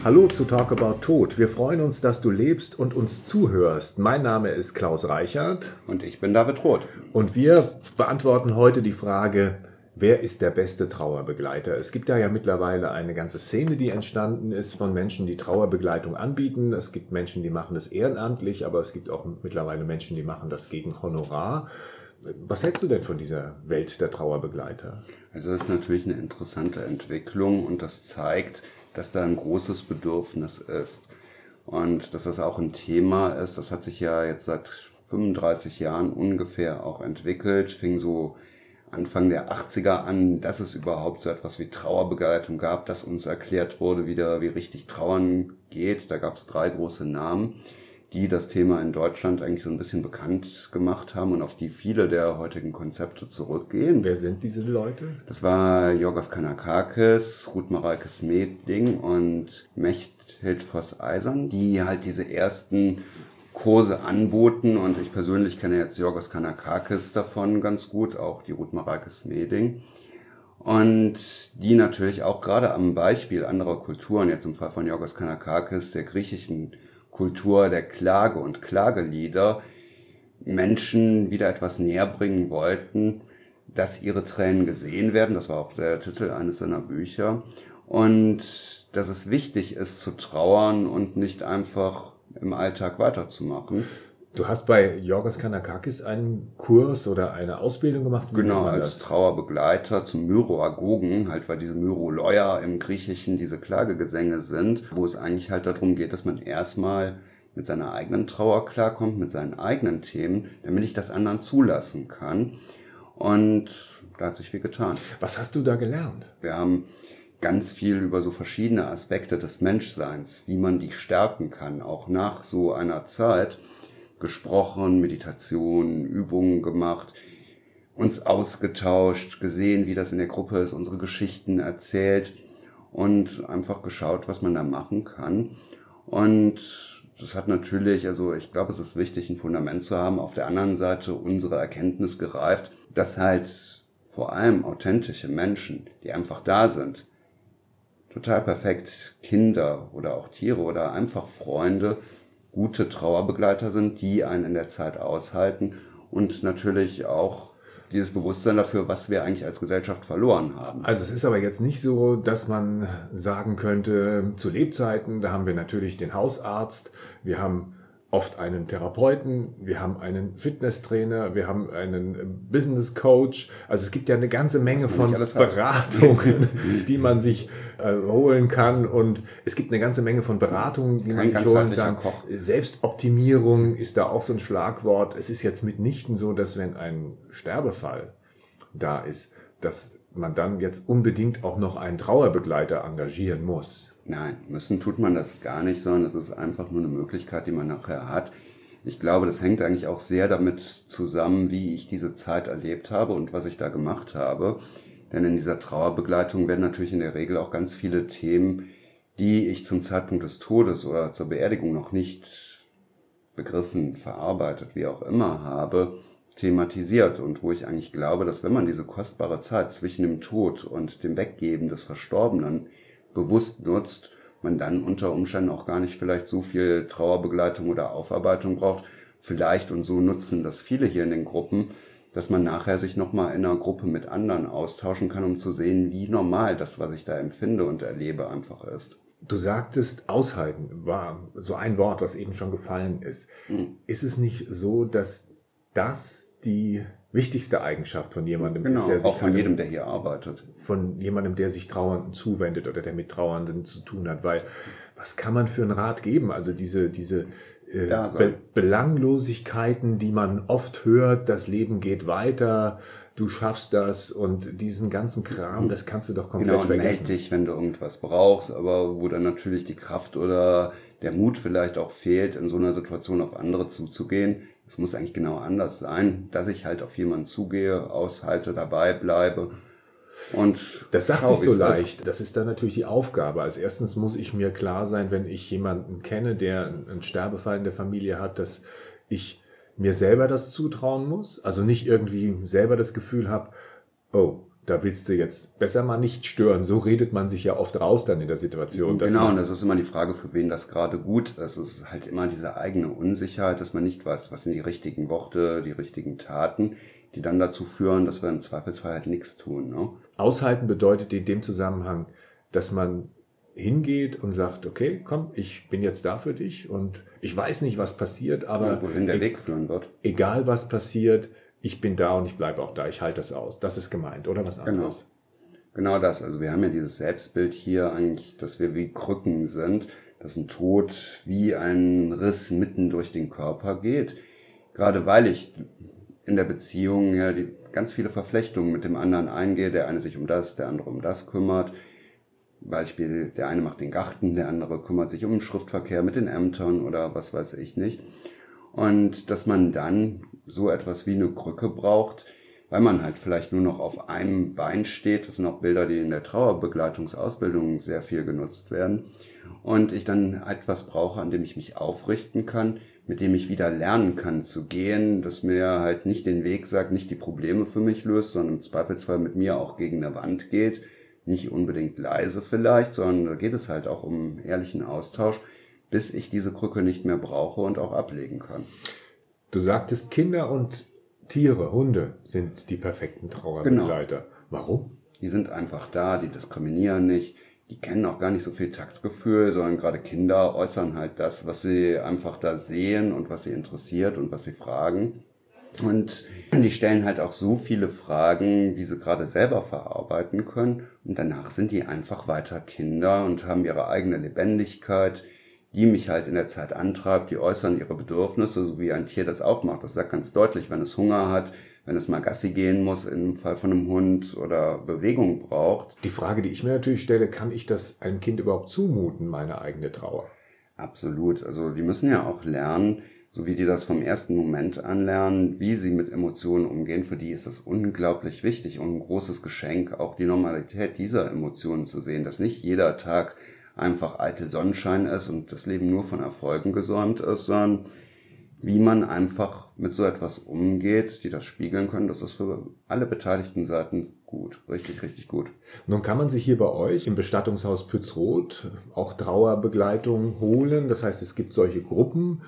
Hallo zu Talk About Tod. Wir freuen uns, dass du lebst und uns zuhörst. Mein Name ist Klaus Reichert. Und ich bin David Roth. Und wir beantworten heute die Frage, wer ist der beste Trauerbegleiter? Es gibt da ja mittlerweile eine ganze Szene, die entstanden ist von Menschen, die Trauerbegleitung anbieten. Es gibt Menschen, die machen das ehrenamtlich, aber es gibt auch mittlerweile Menschen, die machen das gegen Honorar. Was hältst du denn von dieser Welt der Trauerbegleiter? Also das ist natürlich eine interessante Entwicklung und das zeigt, dass da ein großes Bedürfnis ist. Und dass das auch ein Thema ist, das hat sich ja jetzt seit 35 Jahren ungefähr auch entwickelt, fing so Anfang der 80er an, dass es überhaupt so etwas wie Trauerbegleitung gab, dass uns erklärt wurde, wie richtig Trauern geht. Da gab es 3 große Namen, die das Thema in Deutschland eigentlich so ein bisschen bekannt gemacht haben und auf die viele der heutigen Konzepte zurückgehen. Wer sind diese Leute? Das war Yorgos Kanakakis, Ruth Mareike Smeding und Mechthild Voss-Eisern, die halt diese ersten Kurse anboten, und ich persönlich kenne jetzt Yorgos Kanakakis davon ganz gut, auch die Ruth Mareike Smeding, und die natürlich auch gerade am Beispiel anderer Kulturen, jetzt im Fall von Yorgos Kanakakis, der griechischen Kultur der Klage und Klagelieder, Menschen wieder etwas näher bringen wollten, dass ihre Tränen gesehen werden. Das war auch der Titel eines seiner Bücher. Und dass es wichtig ist zu trauern und nicht einfach im Alltag weiterzumachen. Du hast bei Yorgos Kanakakis einen Kurs oder eine Ausbildung gemacht? Genau, als Trauerbegleiter zum Myroagogen, halt weil diese Myroloia im Griechischen diese Klagegesänge sind, wo es eigentlich halt darum geht, dass man erstmal mit seiner eigenen Trauer klarkommt, mit seinen eigenen Themen, damit ich das anderen zulassen kann. Und da hat sich viel getan. Was hast du da gelernt? Wir haben ganz viel über so verschiedene Aspekte des Menschseins, wie man die stärken kann, auch nach so einer Zeit gesprochen, Meditationen, Übungen gemacht, uns ausgetauscht, gesehen, wie das in der Gruppe ist, unsere Geschichten erzählt und einfach geschaut, was man da machen kann. Und das hat natürlich, also ich glaube, es ist wichtig, ein Fundament zu haben. Auf der anderen Seite unsere Erkenntnis gereift, dass halt vor allem authentische Menschen, die einfach da sind, total perfekt Kinder oder auch Tiere oder einfach Freunde, gute Trauerbegleiter sind, die einen in der Zeit aushalten und natürlich auch dieses Bewusstsein dafür, was wir eigentlich als Gesellschaft verloren haben. Also es ist aber jetzt nicht so, dass man sagen könnte, zu Lebzeiten, da haben wir natürlich den Hausarzt, wir haben oft einen Therapeuten, wir haben einen Fitnesstrainer, wir haben einen Business Coach. Also es gibt ja eine ganze Menge von Beratungen, die man sich holen kann. Und es gibt eine ganze Menge von Beratungen, die man sich holen kann. Selbstoptimierung ist da auch so ein Schlagwort. Es ist jetzt mitnichten so, dass wenn ein Sterbefall da ist, dass man dann jetzt unbedingt auch noch einen Trauerbegleiter engagieren muss. Nein, müssen tut man das gar nicht, sondern es ist einfach nur eine Möglichkeit, die man nachher hat. Ich glaube, das hängt eigentlich auch sehr damit zusammen, wie ich diese Zeit erlebt habe und was ich da gemacht habe. Denn in dieser Trauerbegleitung werden natürlich in der Regel auch ganz viele Themen, die ich zum Zeitpunkt des Todes oder zur Beerdigung noch nicht begriffen, verarbeitet, wie auch immer habe, thematisiert. Und wo ich eigentlich glaube, dass wenn man diese kostbare Zeit zwischen dem Tod und dem Weggeben des Verstorbenen bewusst nutzt, man dann unter Umständen auch gar nicht vielleicht so viel Trauerbegleitung oder Aufarbeitung braucht. Vielleicht, und so nutzen das viele hier in den Gruppen, dass man nachher sich nochmal in einer Gruppe mit anderen austauschen kann, um zu sehen, wie normal das, was ich da empfinde und erlebe, einfach ist. Du sagtest, aushalten war so ein Wort, was eben schon gefallen ist. Ist es nicht so, dass das die wichtigste Eigenschaft von jemandem ist, der sich auch von jedem, der hier arbeitet. Von jemandem, der sich Trauernden zuwendet oder der mit Trauernden zu tun hat. Weil, was kann man für einen Rat geben? Also diese Belanglosigkeiten, die man oft hört, das Leben geht weiter, du schaffst das und diesen ganzen Kram, das kannst du doch komplett vergessen. Meld dich, wenn du irgendwas brauchst, aber wo dann natürlich die Kraft oder der Mut vielleicht auch fehlt, in so einer Situation auf andere zuzugehen. Es muss eigentlich genau anders sein, dass ich halt auf jemanden zugehe, aushalte, dabei bleibe. Und das sagt sich so leicht. Das ist dann natürlich die Aufgabe. Als erstens muss ich mir klar sein, wenn ich jemanden kenne, der einen Sterbefall in der Familie hat, dass ich mir selber das zutrauen muss. Also nicht irgendwie selber das Gefühl habe, oh, da willst du jetzt besser mal nicht stören. So redet man sich ja oft raus dann in der Situation. Genau, und das ist immer die Frage, für wen das gerade gut ist. Es ist halt immer diese eigene Unsicherheit, dass man nicht weiß, was sind die richtigen Worte, die richtigen Taten, die dann dazu führen, dass wir im Zweifelsfall halt nichts tun. Ne? Aushalten bedeutet in dem Zusammenhang, dass man hingeht und sagt, okay, komm, ich bin jetzt da für dich und ich weiß nicht, was passiert, aber Ja, wohin der Weg führen wird. Egal was passiert, ich bin da und ich bleibe auch da, ich halte das aus. Das ist gemeint, oder was anderes? Genau das. Also wir haben ja dieses Selbstbild hier eigentlich, dass wir wie Krücken sind, dass ein Tod wie ein Riss mitten durch den Körper geht. Gerade weil ich in der Beziehung ja ganz viele Verflechtungen mit dem anderen eingehe, der eine sich um das, der andere um das kümmert. Beispiel, der eine macht den Garten, der andere kümmert sich um den Schriftverkehr mit den Ämtern oder was weiß ich nicht. Und dass man dann so etwas wie eine Krücke braucht, weil man halt vielleicht nur noch auf einem Bein steht. Das sind auch Bilder, die in der Trauerbegleitungsausbildung sehr viel genutzt werden. Und ich dann etwas brauche, an dem ich mich aufrichten kann, mit dem ich wieder lernen kann zu gehen, das mir halt nicht den Weg sagt, nicht die Probleme für mich löst, sondern im Zweifelsfall mit mir auch gegen eine Wand geht. Nicht unbedingt leise vielleicht, sondern da geht es halt auch um ehrlichen Austausch, bis ich diese Krücke nicht mehr brauche und auch ablegen kann. Du sagtest, Kinder und Tiere, Hunde sind die perfekten Trauerbegleiter. Genau. Warum? Die sind einfach da, die diskriminieren nicht, die kennen auch gar nicht so viel Taktgefühl, sondern gerade Kinder äußern halt das, was sie einfach da sehen und was sie interessiert und was sie fragen. Und die stellen halt auch so viele Fragen, die sie gerade selber verarbeiten können. Und danach sind die einfach weiter Kinder und haben ihre eigene Lebendigkeit, die mich halt in der Zeit antreibt. Die äußern ihre Bedürfnisse, so wie ein Tier das auch macht. Das sagt ganz deutlich, wenn es Hunger hat, wenn es mal Gassi gehen muss, im Fall von einem Hund oder Bewegung braucht. Die Frage, die ich mir natürlich stelle, kann ich das einem Kind überhaupt zumuten, meine eigene Trauer? Absolut. Also die müssen ja auch lernen, so wie die das vom ersten Moment an lernen, wie sie mit Emotionen umgehen. Für die ist das unglaublich wichtig und ein großes Geschenk, auch die Normalität dieser Emotionen zu sehen, dass nicht jeder Tag einfach eitel Sonnenschein ist und das Leben nur von Erfolgen gesäumt ist, sondern wie man einfach mit so etwas umgeht, die das spiegeln können, das ist für alle beteiligten Seiten gut, richtig, richtig gut. Nun kann man sich hier bei euch im Bestattungshaus Pützroth auch Trauerbegleitung holen, das heißt, es gibt solche Gruppen.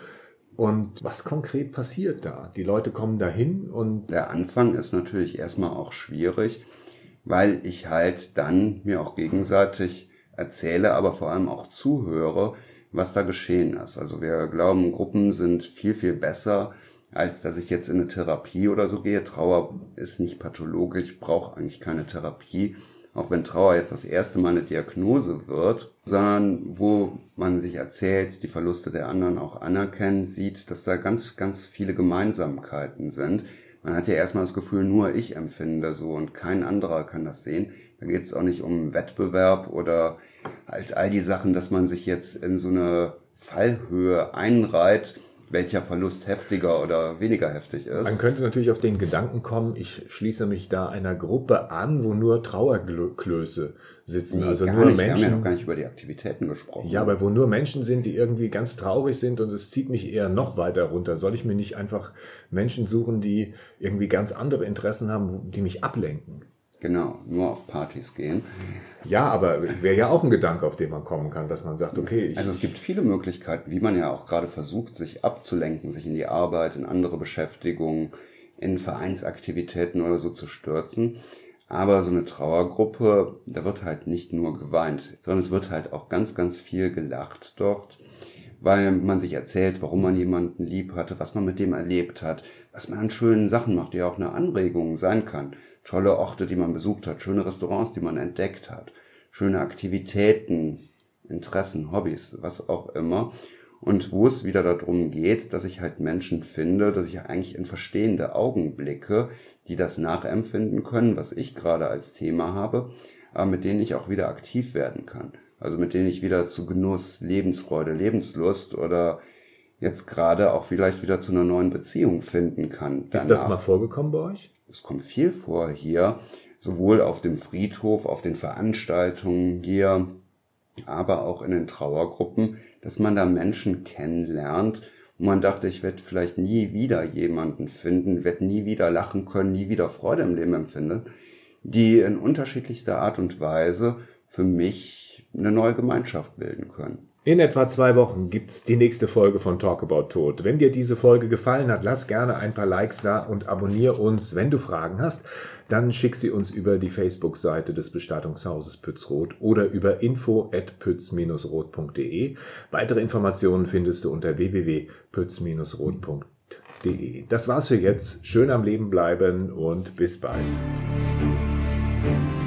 Und was konkret passiert da? Die Leute kommen dahin und... Der Anfang ist natürlich erstmal auch schwierig, weil ich halt dann mir auch gegenseitig erzähle, aber vor allem auch zuhöre, was da geschehen ist. Also wir glauben, Gruppen sind viel, viel besser, als dass ich jetzt in eine Therapie oder so gehe. Trauer ist nicht pathologisch, braucht eigentlich keine Therapie. Auch wenn Trauer jetzt das erste Mal eine Diagnose wird, sondern wo man sich erzählt, die Verluste der anderen auch anerkennt, sieht, dass da ganz, ganz viele Gemeinsamkeiten sind. Man hat ja erstmal das Gefühl, nur ich empfinde so und kein anderer kann das sehen. Da geht es auch nicht um Wettbewerb oder halt all die Sachen, dass man sich jetzt in so eine Fallhöhe einreiht, welcher Verlust heftiger oder weniger heftig ist. Man könnte natürlich auf den Gedanken kommen, ich schließe mich da einer Gruppe an, wo nur Trauerklöße sitzen. Nee, also gar nur nicht. Menschen. Wir haben ja noch gar nicht über die Aktivitäten gesprochen. Ja, aber wo nur Menschen sind, die irgendwie ganz traurig sind und es zieht mich eher noch weiter runter. Soll ich mir nicht einfach Menschen suchen, die irgendwie ganz andere Interessen haben, die mich ablenken? Genau, nur auf Partys gehen. Ja, aber wäre ja auch ein Gedanke, auf den man kommen kann, dass man sagt, okay, Also es gibt viele Möglichkeiten, wie man ja auch gerade versucht, sich abzulenken, sich in die Arbeit, in andere Beschäftigungen, in Vereinsaktivitäten oder so zu stürzen. Aber so eine Trauergruppe, da wird halt nicht nur geweint, sondern es wird halt auch ganz, ganz viel gelacht dort, weil man sich erzählt, warum man jemanden lieb hatte, was man mit dem erlebt hat, was man an schönen Sachen macht, die ja auch eine Anregung sein kann. Tolle Orte, die man besucht hat, schöne Restaurants, die man entdeckt hat, schöne Aktivitäten, Interessen, Hobbys, was auch immer. Und wo es wieder darum geht, dass ich halt Menschen finde, dass ich eigentlich in verstehende Augen blicke, die das nachempfinden können, was ich gerade als Thema habe, aber mit denen ich auch wieder aktiv werden kann. Also mit denen ich wieder zu Genuss, Lebensfreude, Lebenslust oder jetzt gerade auch vielleicht wieder zu einer neuen Beziehung finden kann. Ist das mal vorgekommen bei euch? Es kommt viel vor hier, sowohl auf dem Friedhof, auf den Veranstaltungen hier, aber auch in den Trauergruppen, dass man da Menschen kennenlernt und man dachte, ich werde vielleicht nie wieder jemanden finden, werde nie wieder lachen können, nie wieder Freude im Leben empfinden. die in unterschiedlichster Art und Weise für mich eine neue Gemeinschaft bilden können. In etwa 2 Wochen gibt's die nächste Folge von Talk About Tod. Wenn dir diese Folge gefallen hat, lass gerne ein paar Likes da und abonniere uns. Wenn du Fragen hast, dann schick sie uns über die Facebook-Seite des Bestattungshauses Pützroth oder über info@pütz-roth.de. Weitere Informationen findest du unter www.pütz-roth.de. Das war's für jetzt. Schön am Leben bleiben und bis bald.